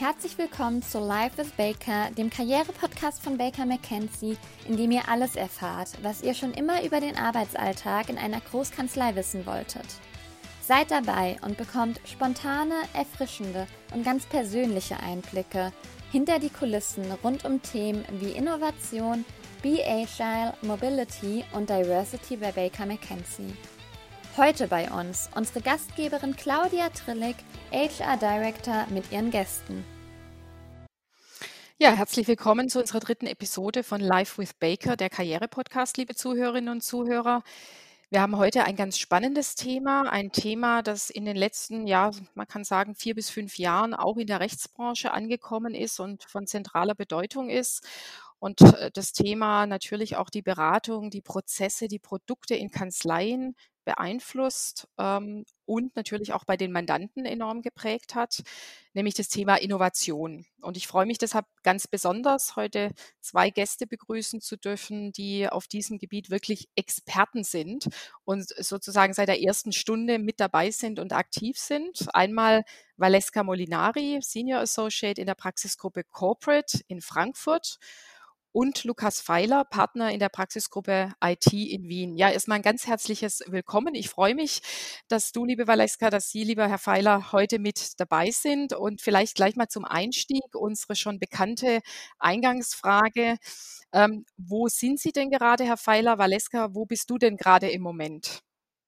Herzlich willkommen zu Life with Baker, dem Karriere-Podcast von Baker McKenzie, in dem ihr alles erfahrt, was ihr schon immer über den Arbeitsalltag in einer Großkanzlei wissen wolltet. Seid dabei und bekommt spontane, erfrischende und ganz persönliche Einblicke hinter die Kulissen rund um Themen wie Innovation, Be Agile, Mobility und Diversity bei Baker McKenzie. Heute bei uns unsere Gastgeberin Claudia Trillig, HR Director mit ihren Gästen. Ja, herzlich willkommen zu unserer dritten Episode von Life with Baker, der Karriere-Podcast, liebe Zuhörerinnen und Zuhörer. Wir haben heute ein ganz spannendes Thema, ein Thema, das in den letzten, man kann sagen, 4 bis 5 Jahren auch in der Rechtsbranche angekommen ist und von zentraler Bedeutung ist. Und das Thema natürlich auch die Beratung, die Prozesse, die Produkte in Kanzleien beeinflusst und natürlich auch bei den Mandanten enorm geprägt hat, nämlich das Thema Innovation. Und ich freue mich deshalb ganz besonders, heute 2 Gäste begrüßen zu dürfen, die auf diesem Gebiet wirklich Experten sind und sozusagen seit der ersten Stunde mit dabei sind und aktiv sind. Einmal Valeska Molinari, Senior Associate in der Praxisgruppe Corporate in Frankfurt, und Lukas Feiler, Partner in der Praxisgruppe IT in Wien. Ja, erstmal ein ganz herzliches Willkommen. Ich freue mich, dass du, liebe Valeska, dass Sie, lieber Herr Feiler, heute mit dabei sind. Und vielleicht gleich mal zum Einstieg unsere schon bekannte Eingangsfrage. Wo sind Sie denn gerade, Herr Feiler? Valeska, wo bist du denn gerade im Moment?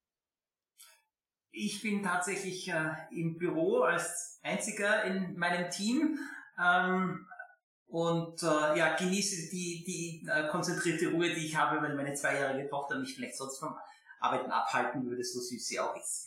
Ich bin tatsächlich im Büro als einziger in meinem Team. Genieße die konzentrierte Ruhe, die ich habe, weil meine 2-jährige Tochter mich vielleicht sonst vom Arbeiten abhalten würde, so süß sie auch ist.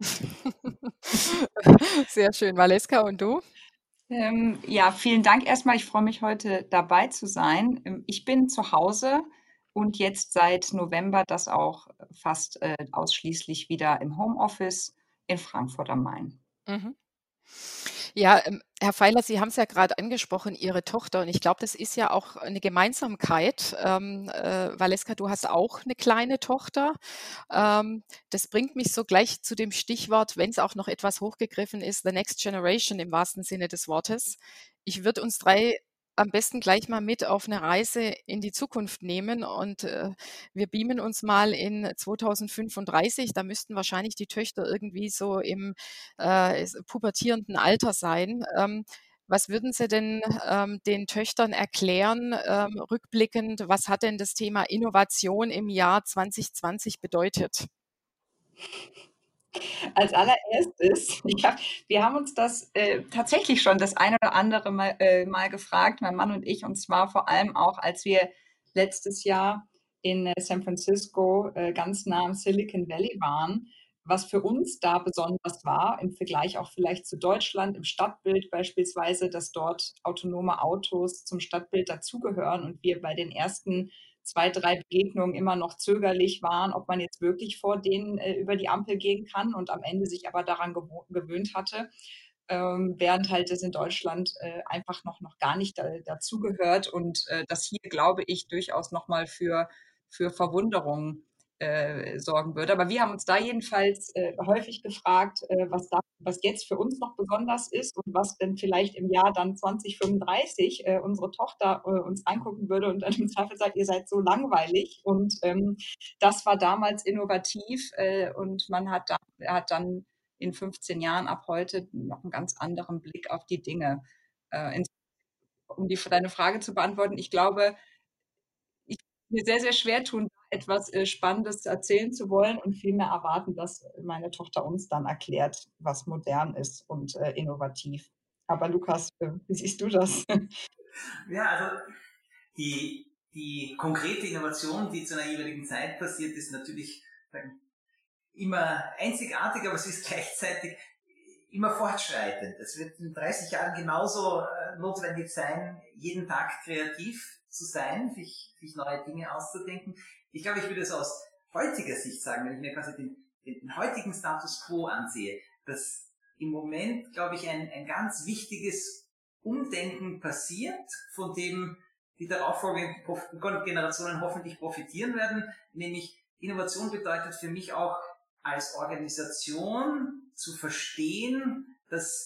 Sehr schön. Valeska, und du? Vielen Dank erstmal. Ich freue mich, heute dabei zu sein. Ich bin zu Hause und jetzt seit November das auch fast ausschließlich wieder im Homeoffice in Frankfurt am Main. Mhm. Ja, Herr Feiler, Sie haben es ja gerade angesprochen, Ihre Tochter. Und ich glaube, das ist ja auch eine Gemeinsamkeit. Valeska, du hast auch eine kleine Tochter. Das bringt mich so gleich zu dem Stichwort, wenn es auch noch etwas hochgegriffen ist, The Next Generation im wahrsten Sinne des Wortes. Ich würde uns 3 am besten gleich mal mit auf eine Reise in die Zukunft nehmen und wir beamen uns mal in 2035. Da müssten wahrscheinlich die Töchter irgendwie so im pubertierenden Alter sein. Was würden Sie denn den Töchtern erklären, rückblickend, was hat denn das Thema Innovation im Jahr 2020 bedeutet? Als allererstes, wir haben uns das tatsächlich schon das eine oder andere mal gefragt, mein Mann und ich, und zwar vor allem auch, als wir letztes Jahr in San Francisco ganz nah am Silicon Valley waren, was für uns da besonders war, im Vergleich auch vielleicht zu Deutschland, im Stadtbild beispielsweise, dass dort autonome Autos zum Stadtbild dazugehören und wir bei den ersten 2, 3 Begegnungen immer noch zögerlich waren, ob man jetzt wirklich vor denen über die Ampel gehen kann und am Ende sich aber daran gewöhnt hatte, während halt das in Deutschland einfach noch gar nicht dazugehört und das hier, glaube ich, durchaus nochmal für Verwunderung sorgen würde. Aber wir haben uns da jedenfalls häufig gefragt, was jetzt für uns noch besonders ist und was denn vielleicht im Jahr dann 2035 unsere Tochter uns angucken würde und dann im Zweifel sagt, ihr seid so langweilig. Und das war damals innovativ und hat dann in 15 Jahren ab heute noch einen ganz anderen Blick auf die Dinge. Um deine Frage zu beantworten, ich glaube, ich mir sehr, sehr schwer tun, etwas Spannendes erzählen zu wollen und vielmehr erwarten, dass meine Tochter uns dann erklärt, was modern ist und innovativ. Aber Lukas, wie siehst du das? Ja, also die konkrete Innovation, die zu einer jeweiligen Zeit passiert, ist natürlich immer einzigartig, aber es ist gleichzeitig immer fortschreitend. Es wird in 30 Jahren genauso notwendig sein, jeden Tag kreativ zu sein, sich neue Dinge auszudenken. Ich glaube, ich würde es aus heutiger Sicht sagen, wenn ich mir quasi den heutigen Status quo ansehe, dass im Moment, glaube ich, ein ganz wichtiges Umdenken passiert, von dem die darauffolgenden Generationen hoffentlich profitieren werden, nämlich Innovation bedeutet für mich auch als Organisation zu verstehen, dass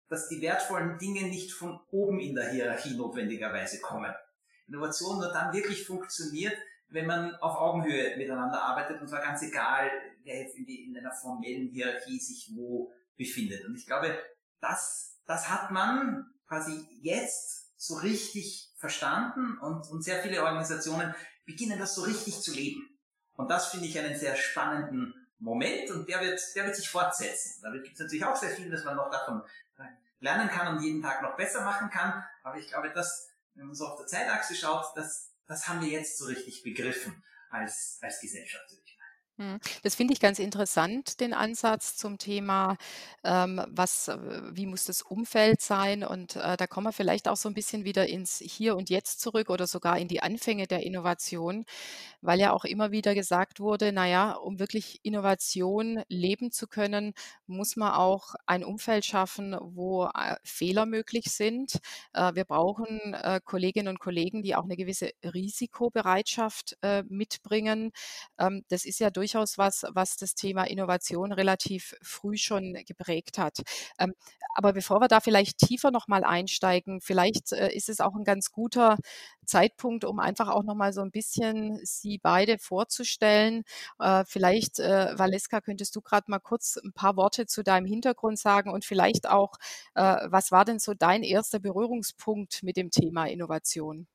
dass die wertvollen Dinge nicht von oben in der Hierarchie notwendigerweise kommen. Innovation nur dann wirklich funktioniert, wenn man auf Augenhöhe miteinander arbeitet, und zwar ganz egal, wer jetzt in einer formellen Hierarchie sich wo befindet. Und ich glaube, das hat man quasi jetzt so richtig verstanden, und sehr viele Organisationen beginnen das so richtig zu leben. Und das finde ich einen sehr spannenden Moment, und der wird sich fortsetzen. Da gibt es natürlich auch sehr viel, dass man noch davon lernen kann und jeden Tag noch besser machen kann. Aber ich glaube, dass, wenn man so auf der Zeitachse schaut, das haben wir jetzt so richtig begriffen als Gesellschaft. Das finde ich ganz interessant, den Ansatz zum Thema, wie muss das Umfeld sein? Und da kommen wir vielleicht auch so ein bisschen wieder ins Hier und Jetzt zurück oder sogar in die Anfänge der Innovation, weil ja auch immer wieder gesagt wurde, na ja, um wirklich Innovation leben zu können, muss man auch ein Umfeld schaffen, wo Fehler möglich sind. Wir brauchen Kolleginnen und Kollegen, die auch eine gewisse Risikobereitschaft mitbringen. Das ist ja durchaus was das Thema Innovation relativ früh schon geprägt hat. Aber bevor wir da vielleicht tiefer noch mal einsteigen, vielleicht ist es auch ein ganz guter Zeitpunkt, um einfach auch noch mal so ein bisschen Sie beide vorzustellen. Vielleicht, Valeska, könntest du gerade mal kurz ein paar Worte zu deinem Hintergrund sagen und vielleicht auch, was war denn so dein erster Berührungspunkt mit dem Thema Innovation?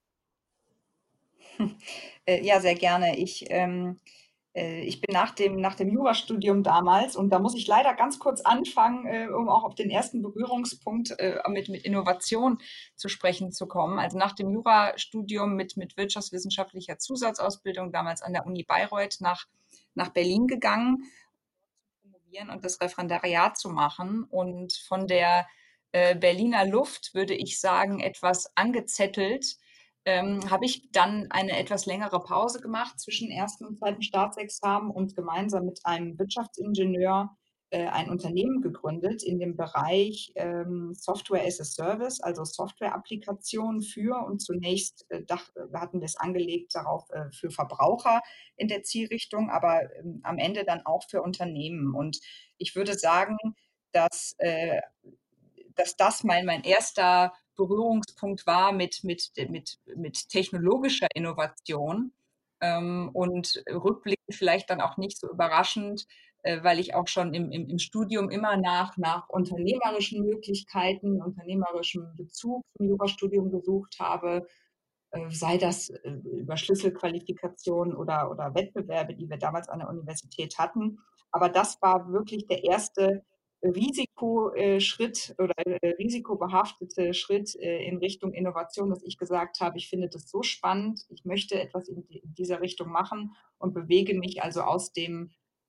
Ja, sehr gerne. Ich bin nach dem Jurastudium damals, und da muss ich leider ganz kurz anfangen, um auch auf den ersten Berührungspunkt mit Innovation zu sprechen zu kommen. Also nach dem Jurastudium mit wirtschaftswissenschaftlicher Zusatzausbildung damals an der Uni Bayreuth nach Berlin gegangen, promovieren und das Referendariat zu machen. Und von der Berliner Luft, würde ich sagen, etwas angezettelt, habe ich dann eine etwas längere Pause gemacht zwischen ersten und zweiten Staatsexamen und gemeinsam mit einem Wirtschaftsingenieur ein Unternehmen gegründet in dem Bereich Software as a Service, also Software-Applikationen für, und zunächst hatten wir es angelegt darauf für Verbraucher in der Zielrichtung, aber am Ende dann auch für Unternehmen. Und ich würde sagen, dass das mein erster Berührungspunkt war mit technologischer Innovation, und rückblickend vielleicht dann auch nicht so überraschend, weil ich auch schon im Studium immer nach unternehmerischen Möglichkeiten, unternehmerischem Bezug zum Jurastudium gesucht habe, sei das über Schlüsselqualifikationen oder Wettbewerbe, die wir damals an der Universität hatten. Aber das war wirklich der erste Risikoschritt oder risikobehaftete Schritt in Richtung Innovation, dass ich gesagt habe, ich finde das so spannend, ich möchte etwas in dieser Richtung machen und bewege mich also aus der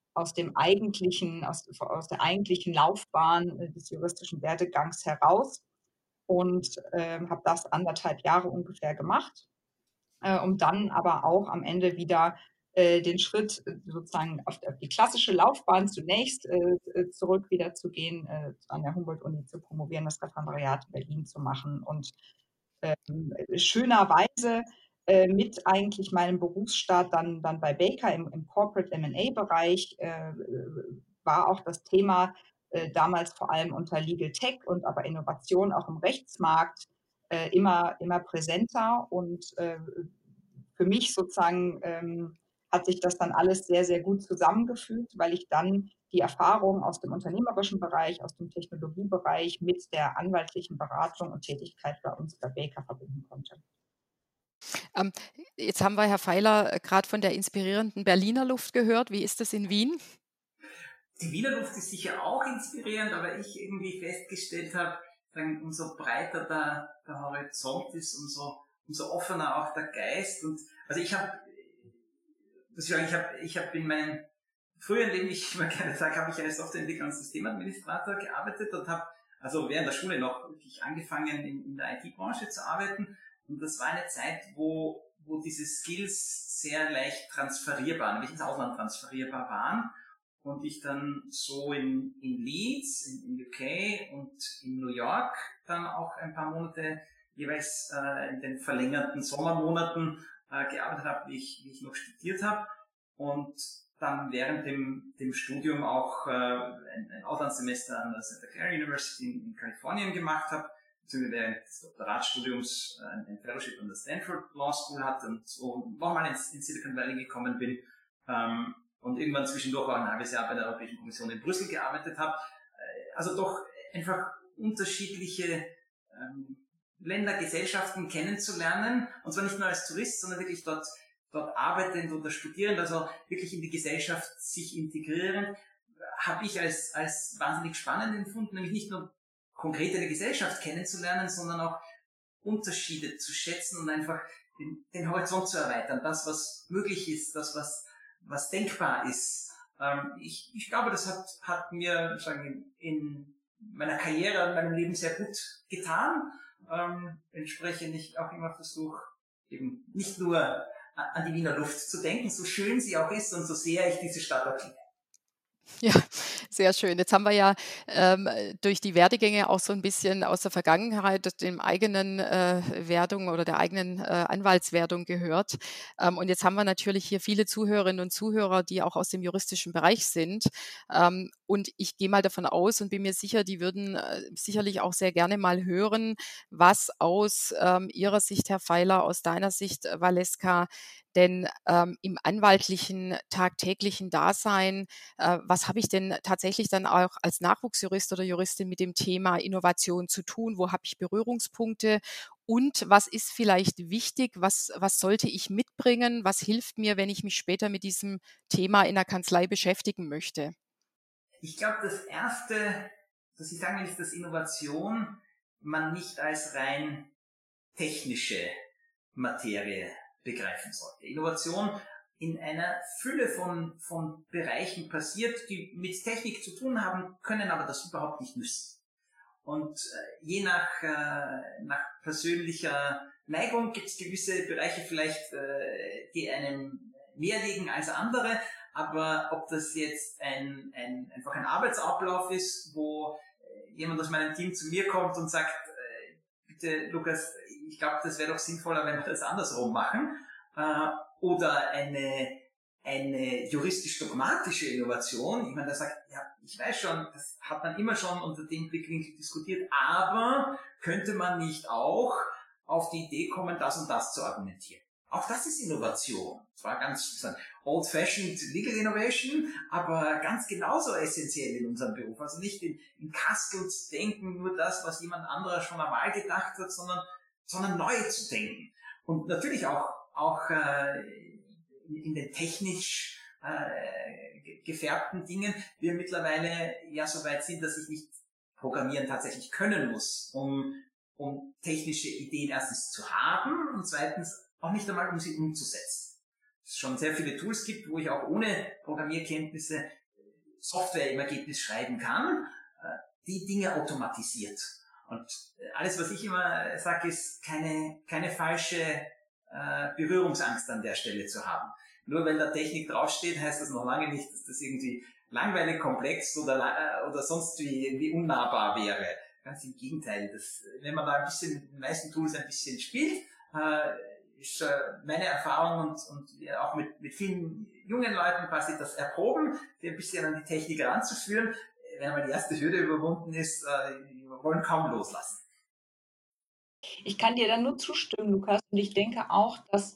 eigentlichen Laufbahn des juristischen Werdegangs heraus, und habe das 1,5 Jahre ungefähr gemacht, um dann aber auch am Ende wieder den Schritt sozusagen auf die klassische Laufbahn zunächst zurück wieder zu gehen, an der Humboldt-Uni zu promovieren, das Referendariat in Berlin zu machen, und schönerweise mit eigentlich meinem Berufsstart dann bei Baker im Corporate M&A-Bereich war auch das Thema damals vor allem unter Legal Tech und aber Innovation auch im Rechtsmarkt immer präsenter, und für mich sozusagen hat sich das dann alles sehr, sehr gut zusammengefügt, weil ich dann die Erfahrung aus dem unternehmerischen Bereich, aus dem Technologiebereich mit der anwaltlichen Beratung und Tätigkeit bei uns bei Baker verbinden konnte. Ähm, Jetzt haben wir, Herr Feiler, gerade von der inspirierenden Berliner Luft gehört. Wie ist es in Wien? Die Wiener Luft ist sicher auch inspirierend, aber ich irgendwie festgestellt habe, umso breiter der Horizont ist, umso offener auch der Geist. Und also ich habe in meinem früheren Leben, ich immer gerne sage, habe ich als Softwareentwickler und Systemadministrator gearbeitet und habe also während der Schule noch wirklich angefangen in der IT-Branche zu arbeiten. Und das war eine Zeit, wo diese Skills sehr leicht transferierbar, nämlich ins Ausland transferierbar waren. Und ich dann so in Leeds, in UK und in New York dann auch ein paar Monate jeweils in den verlängerten Sommermonaten gearbeitet habe, wie ich noch studiert habe. und dann während dem Studium auch ein Auslandssemester an der Santa Clara University in Kalifornien gemacht habe, beziehungsweise während des Doktoratsstudiums ein Fellowship an der Stanford Law School hatte und so nochmal in Silicon Valley gekommen bin und irgendwann zwischendurch auch ein halbes Jahr bei der Europäischen Kommission in Brüssel gearbeitet habe. Also doch einfach unterschiedliche Länder, Gesellschaften kennenzulernen, und zwar nicht nur als Tourist, sondern wirklich dort arbeitend oder studierend, also wirklich in die Gesellschaft sich integrieren, habe ich als wahnsinnig spannend empfunden, nämlich nicht nur konkret eine Gesellschaft kennenzulernen, sondern auch Unterschiede zu schätzen und einfach den Horizont zu erweitern, das, was möglich ist, das, was denkbar ist. Ich glaube, das hat mir in meiner Karriere und meinem Leben sehr gut getan. Entsprechend ich auch immer versuche, eben nicht nur an die Wiener Luft zu denken, so schön sie auch ist und so sehr ich diese Stadt auch liebe. Ja, sehr schön. Jetzt haben wir ja durch die Werdegänge auch so ein bisschen aus der Vergangenheit dem eigenen Werdung oder der eigenen Anwaltswerdung gehört. Und jetzt haben wir natürlich hier viele Zuhörerinnen und Zuhörer, die auch aus dem juristischen Bereich sind. Und ich gehe mal davon aus und bin mir sicher, die würden sicherlich auch sehr gerne mal hören, was aus Ihrer Sicht, Herr Feiler, aus deiner Sicht, Valeska, denn im anwaltlichen, tagtäglichen Dasein, was habe ich denn tatsächlich dann auch als Nachwuchsjurist oder Juristin mit dem Thema Innovation zu tun? Wo habe ich Berührungspunkte? Und was ist vielleicht wichtig? Was sollte ich mitbringen? Was hilft mir, wenn ich mich später mit diesem Thema in der Kanzlei beschäftigen möchte? Ich glaube, das Erste, das ich sagen will, ist, dass Innovation man nicht als rein technische Materie begreifen sollte. Innovation in einer Fülle von Bereichen passiert, die mit Technik zu tun haben können, aber das überhaupt nicht müssen. Und je nach persönlicher Neigung gibt es gewisse Bereiche vielleicht, die einem mehr liegen als andere, aber ob das jetzt einfach ein Arbeitsablauf ist, wo jemand aus meinem Team zu mir kommt und sagt, bitte Lukas, ich glaube, das wäre doch sinnvoller, wenn wir das andersrum machen, oder eine juristisch-dogmatische Innovation. Ich meine, der sagt, ja, ich weiß schon, das hat man immer schon unter dem Blickwinkel diskutiert, aber könnte man nicht auch auf die Idee kommen, das und das zu argumentieren? Auch das ist Innovation. Zwar ganz old-fashioned Legal Innovation, aber ganz genauso essentiell in unserem Beruf. Also nicht in Kastels denken, nur das, was jemand anderer schon einmal gedacht hat, sondern neu zu denken. Und natürlich auch in den technisch gefärbten Dingen wir mittlerweile ja so weit sind, dass ich nicht programmieren tatsächlich können muss, um technische Ideen erstens zu haben und zweitens auch nicht einmal, um sie umzusetzen. Es schon sehr viele Tools gibt, wo ich auch ohne Programmierkenntnisse Software im Ergebnis schreiben kann, die Dinge automatisiert. Und alles, was ich immer sage, ist keine falsche Berührungsangst an der Stelle zu haben. Nur wenn da Technik draufsteht, heißt das noch lange nicht, dass das irgendwie langweilig, komplex oder sonst wie unnahbar wäre. Ganz im Gegenteil. Wenn man da ein bisschen mit den meisten Tools ein bisschen spielt, ist meine Erfahrung und auch mit vielen jungen Leuten quasi das Erproben, die ein bisschen an die Technik heranzuführen. Wenn einmal die erste Hürde überwunden ist, wir wollen kaum loslassen. Ich kann dir da nur zustimmen, Lukas. Und ich denke auch, dass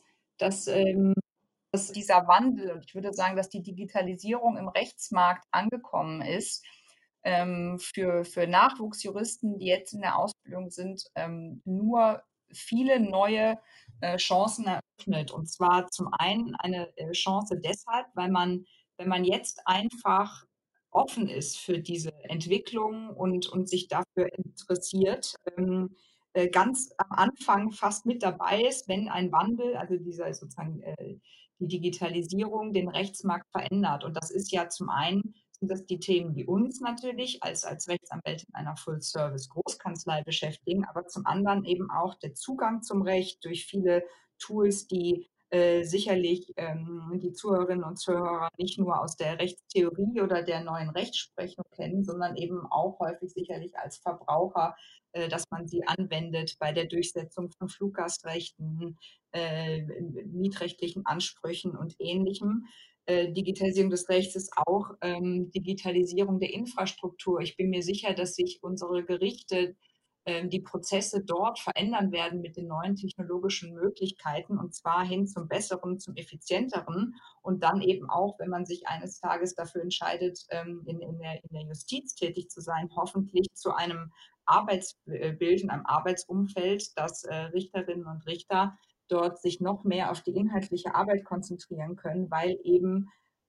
dieser Wandel, und ich würde sagen, dass die Digitalisierung im Rechtsmarkt angekommen ist, für Nachwuchsjuristen, die jetzt in der Ausbildung sind, nur viele neue Chancen eröffnet. Und zwar zum einen eine Chance deshalb, weil man, wenn man jetzt einfach offen ist für diese Entwicklung und sich dafür interessiert, ganz am Anfang fast mit dabei ist, wenn ein Wandel, also dieser sozusagen die Digitalisierung den Rechtsmarkt verändert. Und das ist ja zum einen sind das die Themen, die uns natürlich als Rechtsanwältin einer Full-Service-Großkanzlei beschäftigen, aber zum anderen eben auch der Zugang zum Recht durch viele Tools, die sicherlich die Zuhörerinnen und Zuhörer nicht nur aus der Rechtstheorie oder der neuen Rechtsprechung kennen, sondern eben auch häufig sicherlich als Verbraucher, dass man sie anwendet bei der Durchsetzung von Fluggastrechten, mietrechtlichen Ansprüchen und Ähnlichem. Digitalisierung des Rechts ist auch Digitalisierung der Infrastruktur. Ich bin mir sicher, dass sich unsere Gerichte, die Prozesse dort verändern werden mit den neuen technologischen Möglichkeiten, und zwar hin zum Besseren, zum Effizienteren, und dann eben auch, wenn man sich eines Tages dafür entscheidet, in der Justiz tätig zu sein, hoffentlich zu einem Arbeitsbild, in einem Arbeitsumfeld, dass Richterinnen und Richter dort sich noch mehr auf die inhaltliche Arbeit konzentrieren können, weil eben,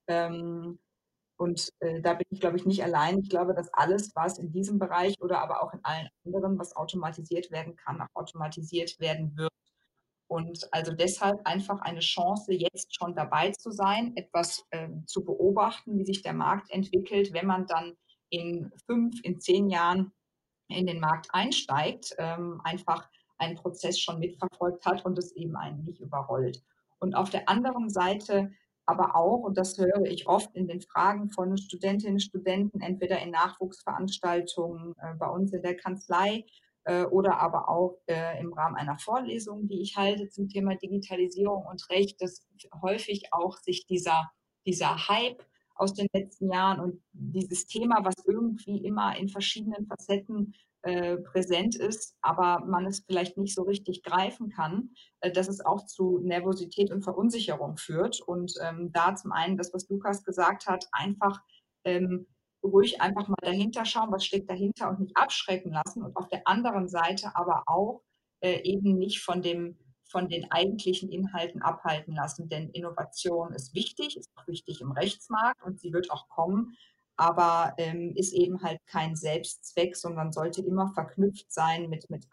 da bin ich, glaube ich, nicht allein. Ich glaube, dass alles, was in diesem Bereich oder aber auch in allen anderen, was automatisiert werden kann, auch automatisiert werden wird. Und also deshalb einfach eine Chance, jetzt schon dabei zu sein, etwas zu beobachten, wie sich der Markt entwickelt, wenn man dann in 5, in 10 Jahren in den Markt einsteigt, einfach einen Prozess schon mitverfolgt hat und es eben einen nicht überrollt. Und auf der anderen Seite aber auch, und das höre ich oft in den Fragen von Studentinnen und Studenten, entweder in Nachwuchsveranstaltungen bei uns in der Kanzlei oder aber auch im Rahmen einer Vorlesung, die ich halte zum Thema Digitalisierung und Recht, dass häufig auch sich dieser Hype aus den letzten Jahren und dieses Thema, was irgendwie immer in verschiedenen Facetten präsent ist, aber man es vielleicht nicht so richtig greifen kann, dass es auch zu Nervosität und Verunsicherung führt. Und da zum einen das, was Lukas gesagt hat, einfach ruhig einfach mal dahinter schauen, was steckt dahinter, und nicht abschrecken lassen. Und auf der anderen Seite aber auch eben nicht von den eigentlichen Inhalten abhalten lassen. Denn Innovation ist auch wichtig im Rechtsmarkt, und sie wird auch kommen, aber ist eben halt kein Selbstzweck, sondern sollte immer verknüpft sein mit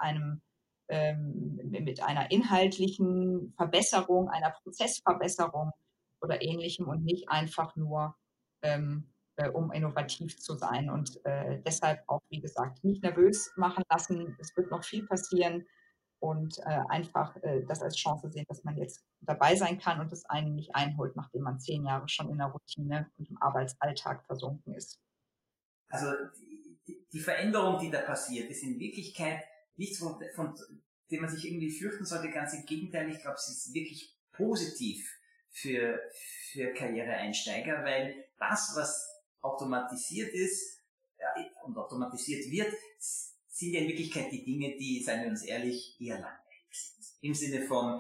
einer inhaltlichen Verbesserung, einer Prozessverbesserung oder ähnlichem, und nicht einfach nur, um innovativ zu sein. Und deshalb auch, wie gesagt, nicht nervös machen lassen. Es wird noch viel passieren, und einfach das als Chance sehen, dass man jetzt dabei sein kann und es einen nicht einholt, nachdem man 10 Jahre schon in der Routine und im Arbeitsalltag versunken ist. Also die Veränderung, die da passiert, ist in Wirklichkeit nichts, von dem man sich irgendwie fürchten sollte. Ganz im Gegenteil, ich glaube, es ist wirklich positiv für Karriereeinsteiger, weil das, was automatisiert ist und automatisiert wird, sind ja in Wirklichkeit die Dinge, die, seien wir uns ehrlich, eher langweilig sind. Im Sinne von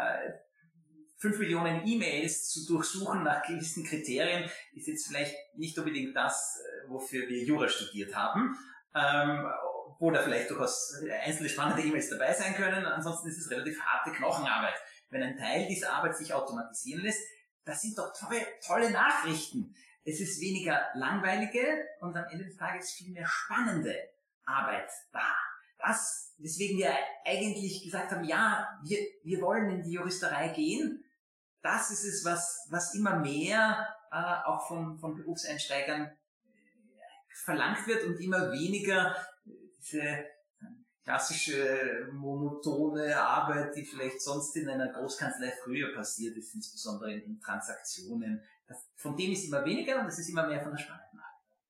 5 Millionen E-Mails zu durchsuchen nach gewissen Kriterien ist jetzt vielleicht nicht unbedingt das, wofür wir Jura studiert haben, wo da vielleicht durchaus einzelne spannende E-Mails dabei sein können. Ansonsten ist es relativ harte Knochenarbeit. Wenn ein Teil dieser Arbeit sich automatisieren lässt, das sind doch tolle Nachrichten. Es ist weniger langweilige und am Ende des Tages viel mehr spannende Arbeit da. Weswegen wir eigentlich gesagt haben, ja, wir wollen in die Juristerei gehen. Das ist es, was immer mehr auch von Berufseinsteigern verlangt wird und immer weniger diese klassische monotone Arbeit, die vielleicht sonst in einer Großkanzlei früher passiert ist, insbesondere in Transaktionen. Von dem ist immer weniger und es ist immer mehr von der spannenden Arbeit.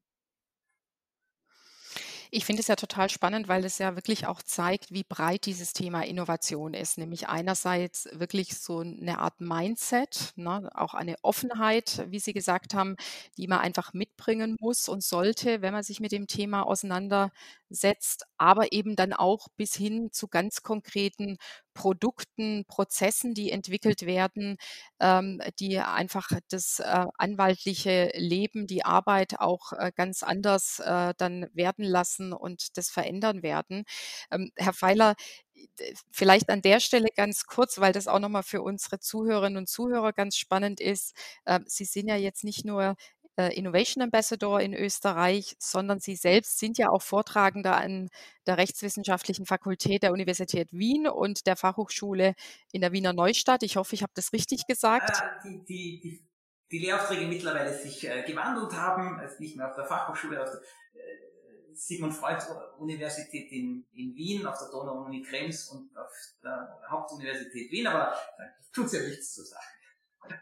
Ich finde es ja total spannend, weil es ja wirklich auch zeigt, wie breit dieses Thema Innovation ist. Nämlich einerseits wirklich so eine Art Mindset, ne, auch eine Offenheit, wie Sie gesagt haben, die man einfach mitbringen muss und sollte, wenn man sich mit dem Thema auseinandersetzt, aber eben dann auch bis hin zu ganz konkreten Produkten, Prozessen, die entwickelt werden, die einfach das anwaltliche Leben, die Arbeit auch ganz anders dann werden lassen und das verändern werden. Herr Feiler, vielleicht an der Stelle ganz kurz, weil das auch nochmal für unsere Zuhörerinnen und Zuhörer ganz spannend ist. Sie sind ja jetzt nicht nur Innovation Ambassador in Österreich, sondern Sie selbst sind ja auch Vortragender an der Rechtswissenschaftlichen Fakultät der Universität Wien und der Fachhochschule in der Wiener Neustadt. Ich hoffe, ich habe das richtig gesagt. Die Lehraufträge mittlerweile sich gewandelt haben, also nicht mehr auf der Fachhochschule, auf der Sigmund Freud Universität in Wien, auf der Donau-Uni Krems und auf der Hauptuniversität Wien, aber da tut es ja nichts zur Sache.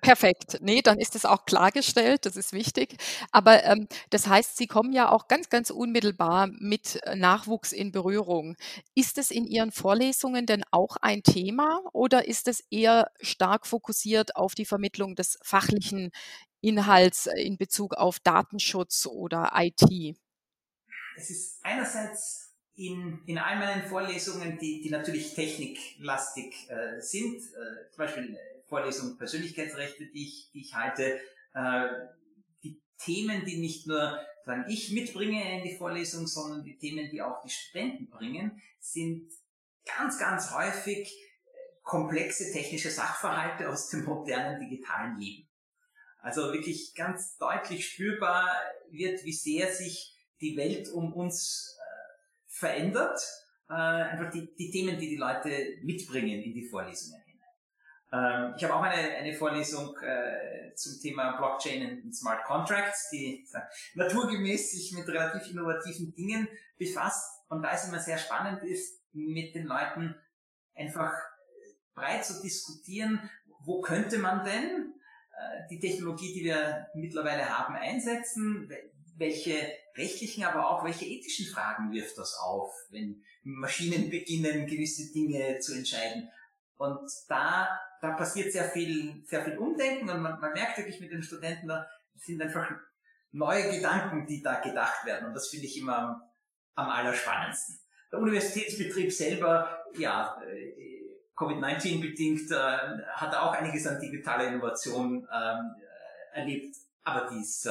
Perfekt. Nee, dann ist es auch klargestellt, das ist wichtig. Aber, das heißt, Sie kommen ja auch ganz, ganz unmittelbar mit, Nachwuchs in Berührung. Ist es in Ihren Vorlesungen denn auch ein Thema oder ist es eher stark fokussiert auf die Vermittlung des fachlichen Inhalts, in Bezug auf Datenschutz oder IT? Es ist einerseits in all meinen Vorlesungen, die natürlich techniklastig sind, zum Beispiel Vorlesung Persönlichkeitsrechte, die ich halte, die Themen, die nicht nur ich mitbringe in die Vorlesung, sondern die Themen, die auch die Studenten bringen, sind ganz, ganz häufig komplexe technische Sachverhalte aus dem modernen digitalen Leben. Also wirklich ganz deutlich spürbar wird, wie sehr sich die Welt um uns verändert. Einfach die Themen, die Leute mitbringen in die Vorlesungen hinein. Ich habe auch eine Vorlesung zum Thema Blockchain und Smart Contracts, die naturgemäß sich mit relativ innovativen Dingen befasst. Und da es immer sehr spannend ist, mit den Leuten einfach breit zu diskutieren, wo könnte man denn die Technologie, die wir mittlerweile haben, einsetzen, welche rechtlichen, aber auch welche ethischen Fragen wirft das auf, wenn Maschinen beginnen, gewisse Dinge zu entscheiden. Und da passiert sehr viel Umdenken und man merkt wirklich mit den Studenten, da sind einfach neue Gedanken, die da gedacht werden. Und das finde ich immer am allerspannendsten. Der Universitätsbetrieb selber, ja, Covid-19 bedingt, hat auch einiges an digitaler Innovation erlebt, aber die ist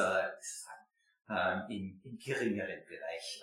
im geringeren Bereich.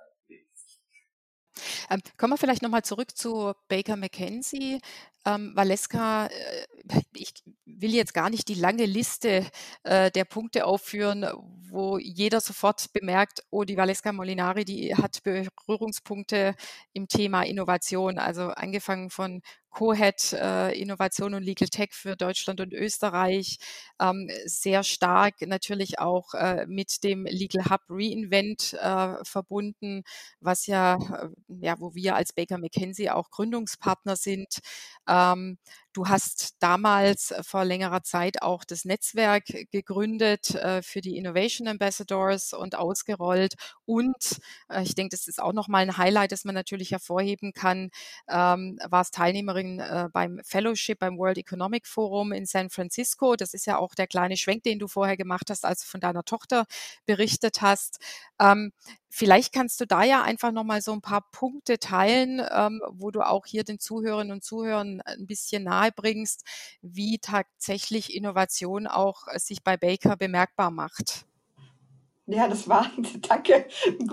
Kommen wir vielleicht nochmal zurück zu Baker McKenzie. Valeska, ich will jetzt gar nicht die lange Liste der Punkte aufführen, wo jeder sofort bemerkt, oh, die Valeska Molinari, die hat Berührungspunkte im Thema Innovation, also angefangen von Co-Head Innovation und Legal Tech für Deutschland und Österreich, sehr stark natürlich auch mit dem Legal Hub Reinvent verbunden, was ja, wo wir als Baker McKenzie auch Gründungspartner sind. Du hast damals vor längerer Zeit auch das Netzwerk gegründet für die Innovation Ambassadors und ausgerollt. Und ich denke, das ist auch nochmal ein Highlight, das man natürlich hervorheben kann, warst Teilnehmerin beim Fellowship beim World Economic Forum in San Francisco. Das ist ja auch der kleine Schwenk, den du vorher gemacht hast, als du von deiner Tochter berichtet hast. Vielleicht kannst du da ja einfach nochmal so ein paar Punkte teilen, wo du auch hier den Zuhörerinnen und Zuhörern ein bisschen nahe bringst, wie tatsächlich Innovation auch sich bei Baker bemerkbar macht. Ja, das war, danke, eine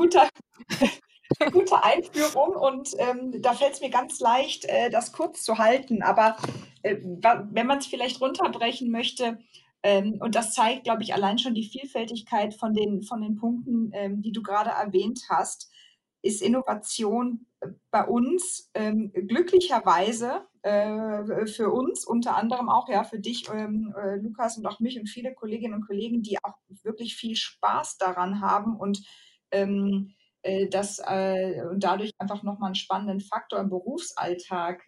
gute Einführung und da fällt es mir ganz leicht, das kurz zu halten. Aber wenn man es vielleicht runterbrechen möchte, und das zeigt, glaube ich, allein schon die Vielfältigkeit von den Punkten, die du gerade erwähnt hast, ist Innovation bei uns glücklicherweise für uns, unter anderem auch ja für dich, Lukas, und auch mich und viele Kolleginnen und Kollegen, die auch wirklich viel Spaß daran haben und und dadurch einfach nochmal einen spannenden Faktor im Berufsalltag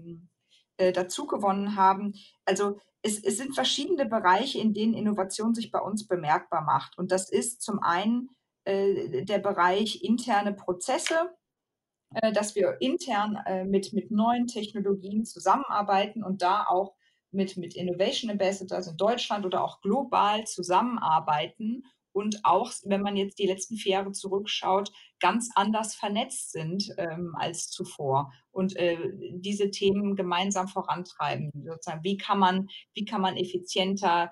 dazu gewonnen haben. Also es sind verschiedene Bereiche, in denen Innovation sich bei uns bemerkbar macht. Und das ist zum einen der Bereich interne Prozesse, dass wir intern mit neuen Technologien zusammenarbeiten und da auch mit Innovation Ambassadors in Deutschland oder auch global zusammenarbeiten und auch, wenn man jetzt die letzten 4 Jahre zurückschaut, ganz anders vernetzt sind als zuvor und diese Themen gemeinsam vorantreiben. Sozusagen, wie kann man effizienter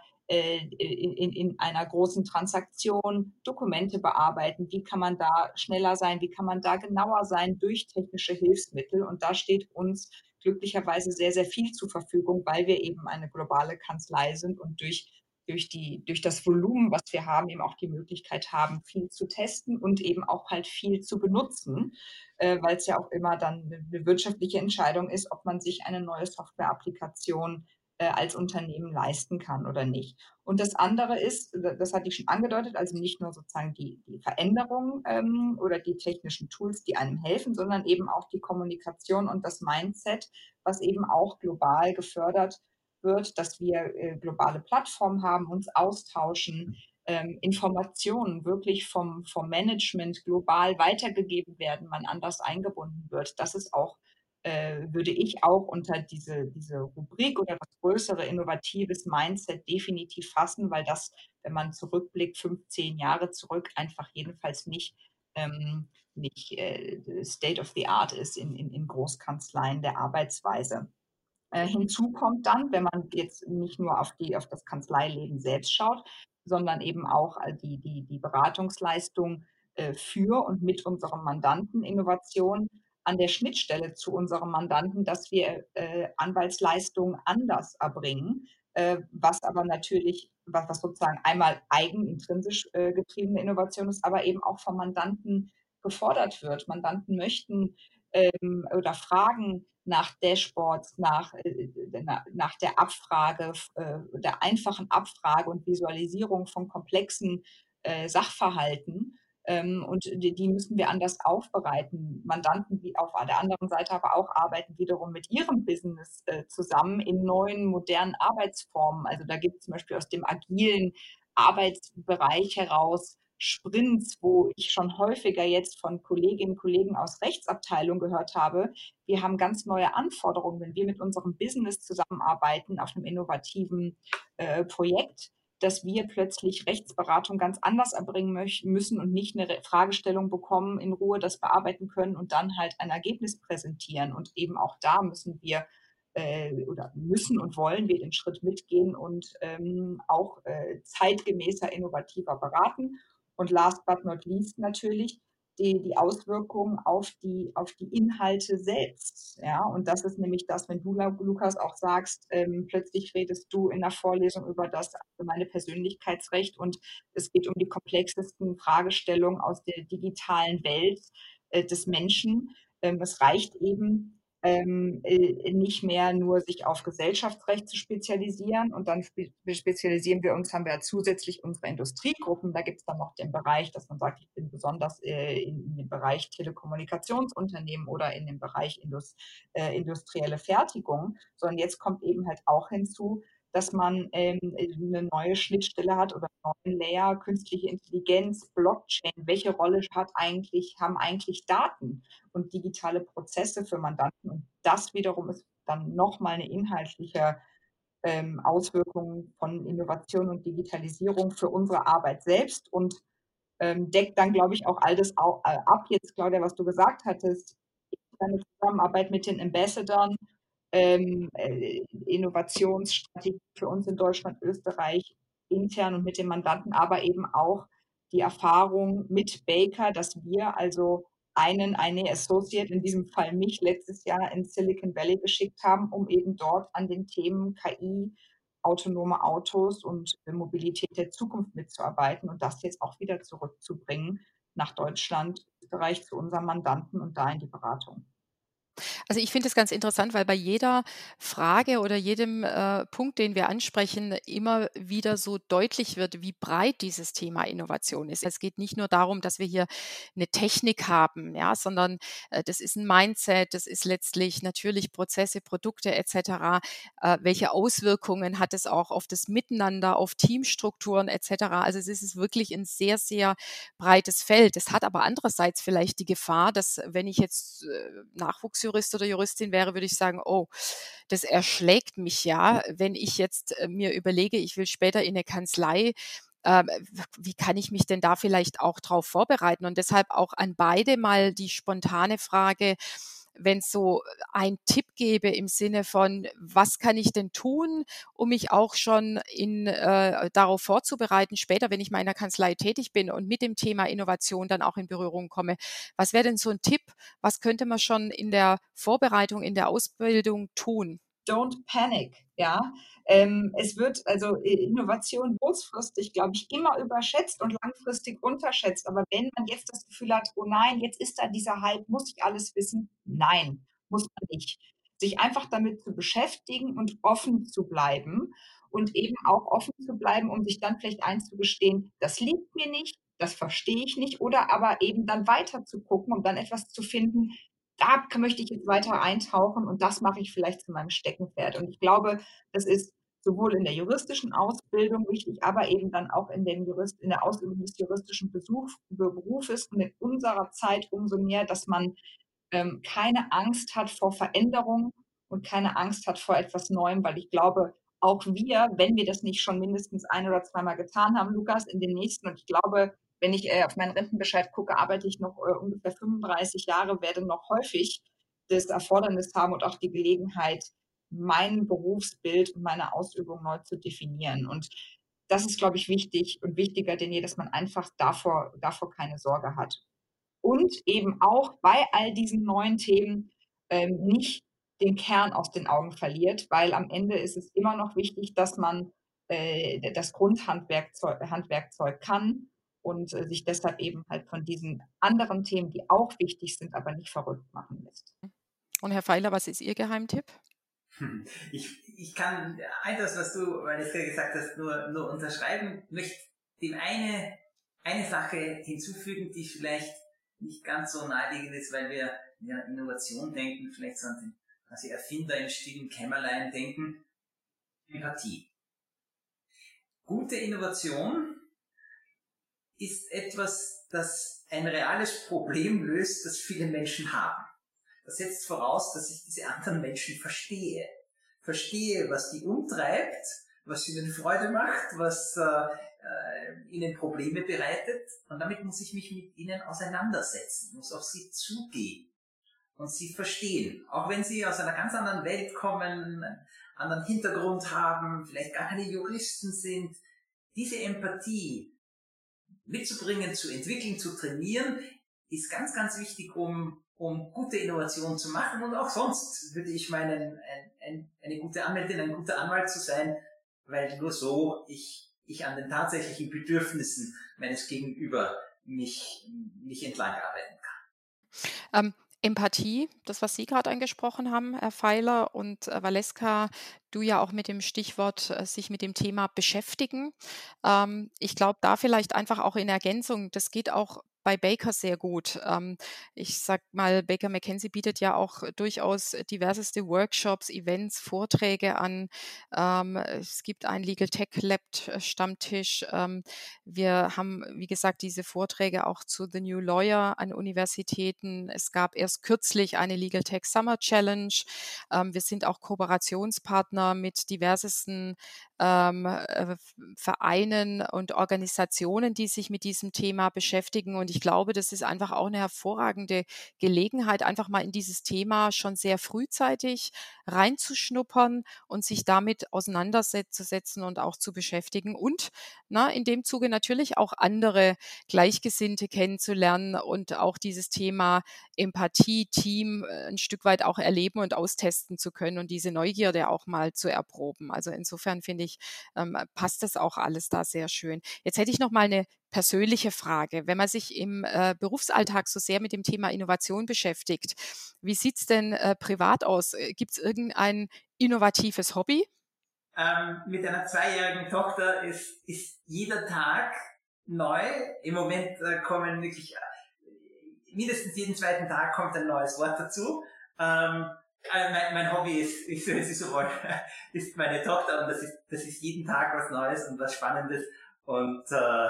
in einer großen Transaktion Dokumente bearbeiten, wie kann man da schneller sein, wie kann man da genauer sein durch technische Hilfsmittel. Und da steht uns glücklicherweise sehr, sehr viel zur Verfügung, weil wir eben eine globale Kanzlei sind und durch das Volumen, was wir haben, eben auch die Möglichkeit haben, viel zu testen und eben auch halt viel zu benutzen, weil es ja auch immer dann eine wirtschaftliche Entscheidung ist, ob man sich eine neue Software-Applikation als Unternehmen leisten kann oder nicht. Und das andere ist, das hatte ich schon angedeutet, also nicht nur sozusagen die Veränderung oder die technischen Tools, die einem helfen, sondern eben auch die Kommunikation und das Mindset, was eben auch global gefördert wird, dass wir globale Plattformen haben, uns austauschen, Informationen wirklich vom Management global weitergegeben werden, man anders eingebunden wird. Das ist auch, würde ich auch unter diese Rubrik oder das größere innovatives Mindset definitiv fassen, weil das, wenn man zurückblickt, 15 Jahre zurück, einfach jedenfalls nicht State of the Art ist in Großkanzleien der Arbeitsweise. Hinzu kommt dann, wenn man jetzt nicht nur auf das Kanzleileben selbst schaut, sondern eben auch die Beratungsleistung für und mit unserem Mandanten, Innovation an der Schnittstelle zu unserem Mandanten, dass wir Anwaltsleistungen anders erbringen, was aber natürlich, was sozusagen einmal intrinsisch getriebene Innovation ist, aber eben auch vom Mandanten gefordert wird. Mandanten möchten oder fragen nach Dashboards, nach der Abfrage, der einfachen Abfrage und Visualisierung von komplexen Sachverhalten. Und die müssen wir anders aufbereiten. Mandanten, die auf der anderen Seite aber auch arbeiten wiederum mit ihrem Business zusammen in neuen, modernen Arbeitsformen. Also da gibt es zum Beispiel aus dem agilen Arbeitsbereich heraus Sprints, wo ich schon häufiger jetzt von Kolleginnen und Kollegen aus Rechtsabteilung gehört habe, wir haben ganz neue Anforderungen, wenn wir mit unserem Business zusammenarbeiten auf einem innovativen Projekt, dass wir plötzlich Rechtsberatung ganz anders erbringen müssen und nicht eine Fragestellung bekommen, in Ruhe das bearbeiten können und dann halt ein Ergebnis präsentieren. Und eben auch da müssen wir oder müssen und wollen wir den Schritt mitgehen und auch zeitgemäßer, innovativer beraten. Und last but not least natürlich die Auswirkungen auf die Inhalte selbst. Ja? Und das ist nämlich das, wenn du, Lukas, auch sagst, plötzlich redest du in der Vorlesung über das allgemeine Persönlichkeitsrecht und es geht um die komplexesten Fragestellungen aus der digitalen Welt des Menschen. Es reicht eben, nicht mehr nur sich auf Gesellschaftsrecht zu spezialisieren und dann spezialisieren wir uns, haben wir ja zusätzlich unsere Industriegruppen, da gibt es dann noch den Bereich, dass man sagt, ich bin besonders in dem Bereich Telekommunikationsunternehmen oder in dem Bereich industrielle Fertigung, sondern jetzt kommt eben halt auch hinzu, dass man eine neue Schnittstelle hat oder einen neuen Layer, künstliche Intelligenz, Blockchain, welche Rolle haben eigentlich Daten und digitale Prozesse für Mandanten. Und das wiederum ist dann nochmal eine inhaltliche Auswirkung von Innovation und Digitalisierung für unsere Arbeit selbst und deckt dann, glaube ich, auch all das ab. Jetzt, Claudia, was du gesagt hattest, eine Zusammenarbeit mit den Ambassadorn, Innovationsstrategie für uns in Deutschland, Österreich, intern und mit den Mandanten, aber eben auch die Erfahrung mit Baker, dass wir also eine Associate, in diesem Fall mich, letztes Jahr in Silicon Valley geschickt haben, um eben dort an den Themen KI, autonome Autos und Mobilität der Zukunft mitzuarbeiten und das jetzt auch wieder zurückzubringen nach Deutschland, Österreich zu unserem Mandanten und da in die Beratung. Also ich finde es ganz interessant, weil bei jeder Frage oder jedem Punkt, den wir ansprechen, immer wieder so deutlich wird, wie breit dieses Thema Innovation ist. Es geht nicht nur darum, dass wir hier eine Technik haben, ja, sondern das ist ein Mindset, das ist letztlich natürlich Prozesse, Produkte etc. Welche Auswirkungen hat es auch auf das Miteinander, auf Teamstrukturen etc. Also es ist wirklich ein sehr, sehr breites Feld. Es hat aber andererseits vielleicht die Gefahr, dass wenn ich jetzt Nachwuchsjurist oder Juristin wäre, würde ich sagen, oh, das erschlägt mich ja, wenn ich jetzt mir überlege, ich will später in eine Kanzlei, wie kann ich mich denn da vielleicht auch drauf vorbereiten? Und deshalb auch an beide mal die spontane Frage, wenn es so einen Tipp gäbe im Sinne von, was kann ich denn tun, um mich auch schon darauf vorzubereiten, später, wenn ich mal in der Kanzlei tätig bin und mit dem Thema Innovation dann auch in Berührung komme. Was wäre denn so ein Tipp? Was könnte man schon in der Vorbereitung, in der Ausbildung tun? Don't panic, ja. Es wird also Innovation kurzfristig, glaube ich, immer überschätzt und langfristig unterschätzt. Aber wenn man jetzt das Gefühl hat, oh nein, jetzt ist da dieser Hype, muss ich alles wissen? Nein, muss man nicht. Sich einfach damit zu beschäftigen und offen zu bleiben und eben auch offen zu bleiben, um sich dann vielleicht einzugestehen, das liegt mir nicht, das verstehe ich nicht, oder aber eben dann weiter zu gucken, um dann etwas zu finden, da möchte ich jetzt weiter eintauchen und das mache ich vielleicht zu meinem Steckenpferd. Und ich glaube, das ist sowohl in der juristischen Ausbildung wichtig, aber eben dann auch in der Ausübung des juristischen Berufes und in unserer Zeit umso mehr, dass man keine Angst hat vor Veränderung und keine Angst hat vor etwas Neuem, weil ich glaube, auch wir, wenn wir das nicht schon mindestens ein oder zweimal getan haben, Lukas, in den nächsten, und ich glaube, wenn ich auf meinen Rentenbescheid gucke, arbeite ich noch ungefähr 35 Jahre, werde noch häufig das Erfordernis haben und auch die Gelegenheit, mein Berufsbild und meine Ausübung neu zu definieren. Und das ist, glaube ich, wichtig und wichtiger denn je, dass man einfach davor keine Sorge hat. Und eben auch bei all diesen neuen Themen nicht den Kern aus den Augen verliert, weil am Ende ist es immer noch wichtig, dass man das Handwerkzeug kann und sich deshalb eben halt von diesen anderen Themen, die auch wichtig sind, aber nicht verrückt machen lässt. Und Herr Feiler, was ist Ihr Geheimtipp? Ich kann all das, was du, weil du gesagt hast, nur unterschreiben, möchte dem eine Sache hinzufügen, die vielleicht nicht ganz so naheliegend ist, weil wir in Innovation denken, vielleicht so an den quasi Erfinder im stillen Kämmerlein denken. Empathie. Gute Innovation ist etwas, das ein reales Problem löst, das viele Menschen haben. Das setzt voraus, dass ich diese anderen Menschen verstehe. Verstehe, was die umtreibt, was ihnen Freude macht, was ihnen Probleme bereitet. Und damit muss ich mich mit ihnen auseinandersetzen, muss auf sie zugehen und sie verstehen. Auch wenn sie aus einer ganz anderen Welt kommen, einen anderen Hintergrund haben, vielleicht gar keine Juristen sind. Diese Empathie mitzubringen, zu entwickeln, zu trainieren, ist ganz, ganz wichtig, um gute Innovationen zu machen. Und auch sonst würde ich meinen, eine gute Anwältin, ein guter Anwalt zu sein, weil nur so ich an den tatsächlichen Bedürfnissen meines Gegenüber mich entlang arbeiten kann. Empathie, das, was Sie gerade angesprochen haben, Herr Feiler und Valeska, du ja auch mit dem Stichwort sich mit dem Thema beschäftigen. Ich glaube, da vielleicht einfach auch in Ergänzung, das geht auch bei Baker sehr gut. Ich sag mal, Baker McKenzie bietet ja auch durchaus diverseste Workshops, Events, Vorträge an. Es gibt einen Legal Tech Lab Stammtisch. Wir haben, wie gesagt, diese Vorträge auch zu The New Lawyer an Universitäten. Es gab erst kürzlich eine Legal Tech Summer Challenge. Wir sind auch Kooperationspartner mit diversesten Vereinen und Organisationen, die sich mit diesem Thema beschäftigen. Und ich glaube, das ist einfach auch eine hervorragende Gelegenheit, einfach mal in dieses Thema schon sehr frühzeitig reinzuschnuppern und sich damit auseinanderzusetzen und auch zu beschäftigen und in dem Zuge natürlich auch andere Gleichgesinnte kennenzulernen und auch dieses Thema Empathie, Team ein Stück weit auch erleben und austesten zu können und diese Neugierde auch mal zu erproben. Also insofern finde ich, passt das auch alles da sehr schön. Jetzt hätte ich noch mal eine persönliche Frage. Wenn man sich im Berufsalltag so sehr mit dem Thema Innovation beschäftigt, wie sieht es denn privat aus? Gibt es irgendein innovatives Hobby? Mit einer 2-jährigen Tochter ist jeder Tag neu. Im Moment kommen wirklich mindestens jeden zweiten Tag kommt ein neues Wort dazu. Mein Hobby ist, wenn Sie so wollen, ist meine Tochter, und das ist jeden Tag was Neues und was Spannendes. Und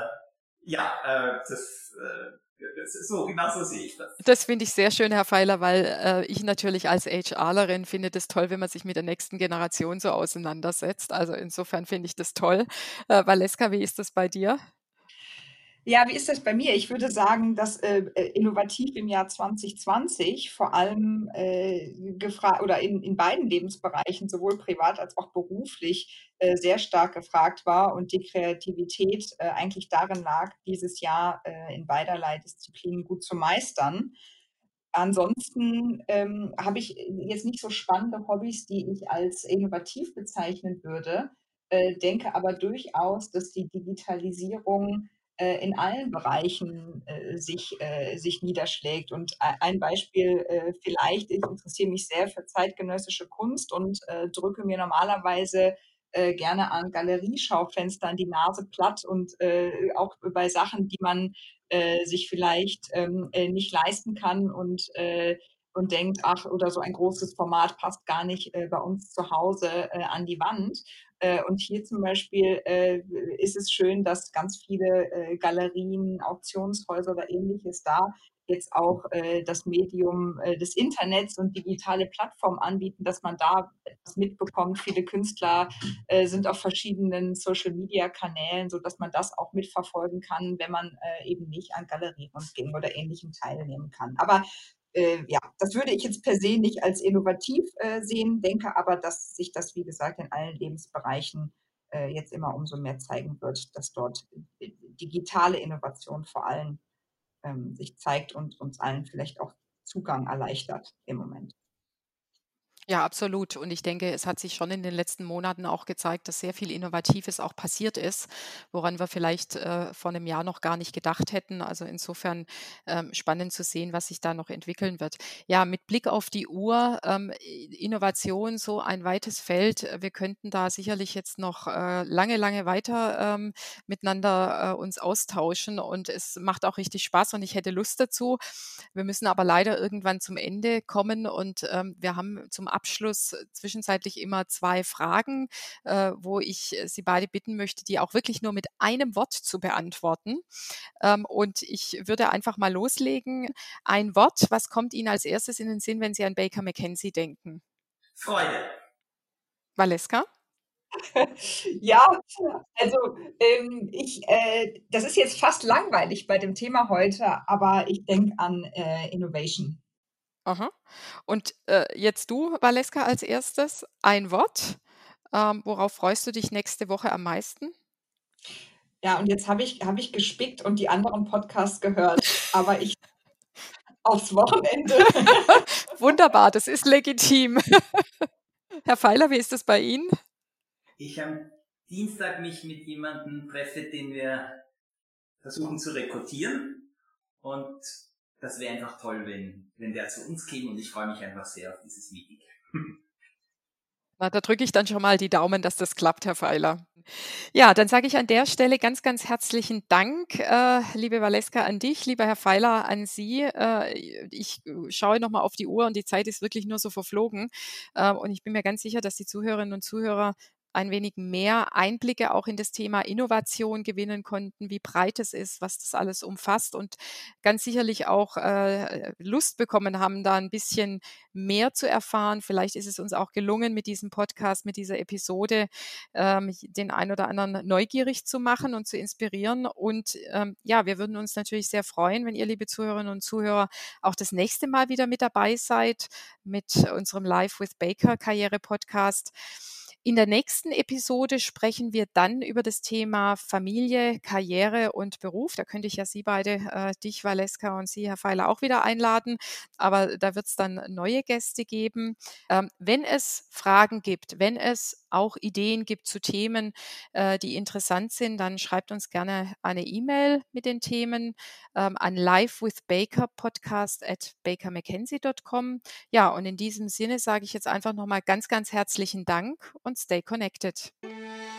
genau so sehe ich das. Das finde ich sehr schön, Herr Feiler, weil ich natürlich als HRlerin finde das toll, wenn man sich mit der nächsten Generation so auseinandersetzt. Also insofern finde ich das toll. Valeska, wie ist das bei dir? Ja, wie ist das bei mir? Ich würde sagen, dass innovativ im Jahr 2020 vor allem gefragt oder in beiden Lebensbereichen, sowohl privat als auch beruflich, sehr stark gefragt war und die Kreativität eigentlich darin lag, dieses Jahr in beiderlei Disziplinen gut zu meistern. Ansonsten habe ich jetzt nicht so spannende Hobbys, die ich als innovativ bezeichnen würde, denke aber durchaus, dass die Digitalisierung in allen Bereichen sich niederschlägt. Und ein Beispiel vielleicht, ich interessiere mich sehr für zeitgenössische Kunst und drücke mir normalerweise gerne an Galerieschaufenstern die Nase platt und auch bei Sachen, die man sich vielleicht nicht leisten kann und und denkt, ach, oder so ein großes Format passt gar nicht bei uns zu Hause an die Wand. Und hier zum Beispiel ist es schön, dass ganz viele Galerien, Auktionshäuser oder Ähnliches da jetzt auch das Medium des Internets und digitale Plattformen anbieten, dass man da etwas mitbekommt. Viele Künstler sind auf verschiedenen Social-Media-Kanälen, sodass man das auch mitverfolgen kann, wenn man eben nicht an Galerierundgängen oder Ähnlichem teilnehmen kann. Aber ja, das würde ich jetzt per se nicht als innovativ sehen, denke aber, dass sich das, wie gesagt, in allen Lebensbereichen jetzt immer umso mehr zeigen wird, dass dort digitale Innovation vor allem sich zeigt und uns allen vielleicht auch Zugang erleichtert im Moment. Ja, absolut. Und ich denke, es hat sich schon in den letzten Monaten auch gezeigt, dass sehr viel Innovatives auch passiert ist, woran wir vielleicht vor einem Jahr noch gar nicht gedacht hätten. Also insofern spannend zu sehen, was sich da noch entwickeln wird. Ja, mit Blick auf die Uhr, Innovation, so ein weites Feld. Wir könnten da sicherlich jetzt noch lange, lange weiter miteinander uns austauschen und es macht auch richtig Spaß und ich hätte Lust dazu. Wir müssen aber leider irgendwann zum Ende kommen und wir haben zum Abschluss zwischenzeitlich immer 2 Fragen, wo ich Sie beide bitten möchte, die auch wirklich nur mit einem Wort zu beantworten. Und ich würde einfach mal loslegen. Ein Wort, was kommt Ihnen als erstes in den Sinn, wenn Sie an Baker McKenzie denken? Freude. Valeska? Ja, also das ist jetzt fast langweilig bei dem Thema heute, aber ich denke an Innovation. Aha. Und jetzt du, Valeska, als erstes. Ein Wort. Worauf freust du dich nächste Woche am meisten? Ja, und jetzt habe ich gespickt und die anderen Podcasts gehört, aber ich aufs Wochenende. Wunderbar, das ist legitim. Herr Feiler, wie ist das bei Ihnen? Ich am Dienstag mich mit jemandem treffe, den wir versuchen zu rekrutieren. Und das wäre einfach toll, wenn der zu uns käme. Und ich freue mich einfach sehr auf dieses Meeting. Na, da drücke ich dann schon mal die Daumen, dass das klappt, Herr Feiler. Ja, dann sage ich an der Stelle ganz, ganz herzlichen Dank, liebe Valeska, an dich, lieber Herr Feiler, an Sie. Ich schaue nochmal auf die Uhr und die Zeit ist wirklich nur so verflogen. Und ich bin mir ganz sicher, dass die Zuhörerinnen und Zuhörer ein wenig mehr Einblicke auch in das Thema Innovation gewinnen konnten, wie breit es ist, was das alles umfasst und ganz sicherlich auch Lust bekommen haben, da ein bisschen mehr zu erfahren. Vielleicht ist es uns auch gelungen, mit diesem Podcast, mit dieser Episode den einen oder anderen neugierig zu machen und zu inspirieren. Und ja, wir würden uns natürlich sehr freuen, wenn ihr, liebe Zuhörerinnen und Zuhörer, auch das nächste Mal wieder mit dabei seid mit unserem Live with Baker Karriere-Podcast. In der nächsten Episode sprechen wir dann über das Thema Familie, Karriere und Beruf. Da könnte ich ja Sie beide, dich, Valeska, und Sie, Herr Feiler, auch wieder einladen. Aber da wird es dann neue Gäste geben. Wenn es Fragen gibt, wenn es auch Ideen gibt zu Themen, die interessant sind, dann schreibt uns gerne eine E-Mail mit den Themen an livewithbakerpodcast@bakermckenzie.com. Ja, und in diesem Sinne sage ich jetzt einfach nochmal ganz, ganz herzlichen Dank und stay connected.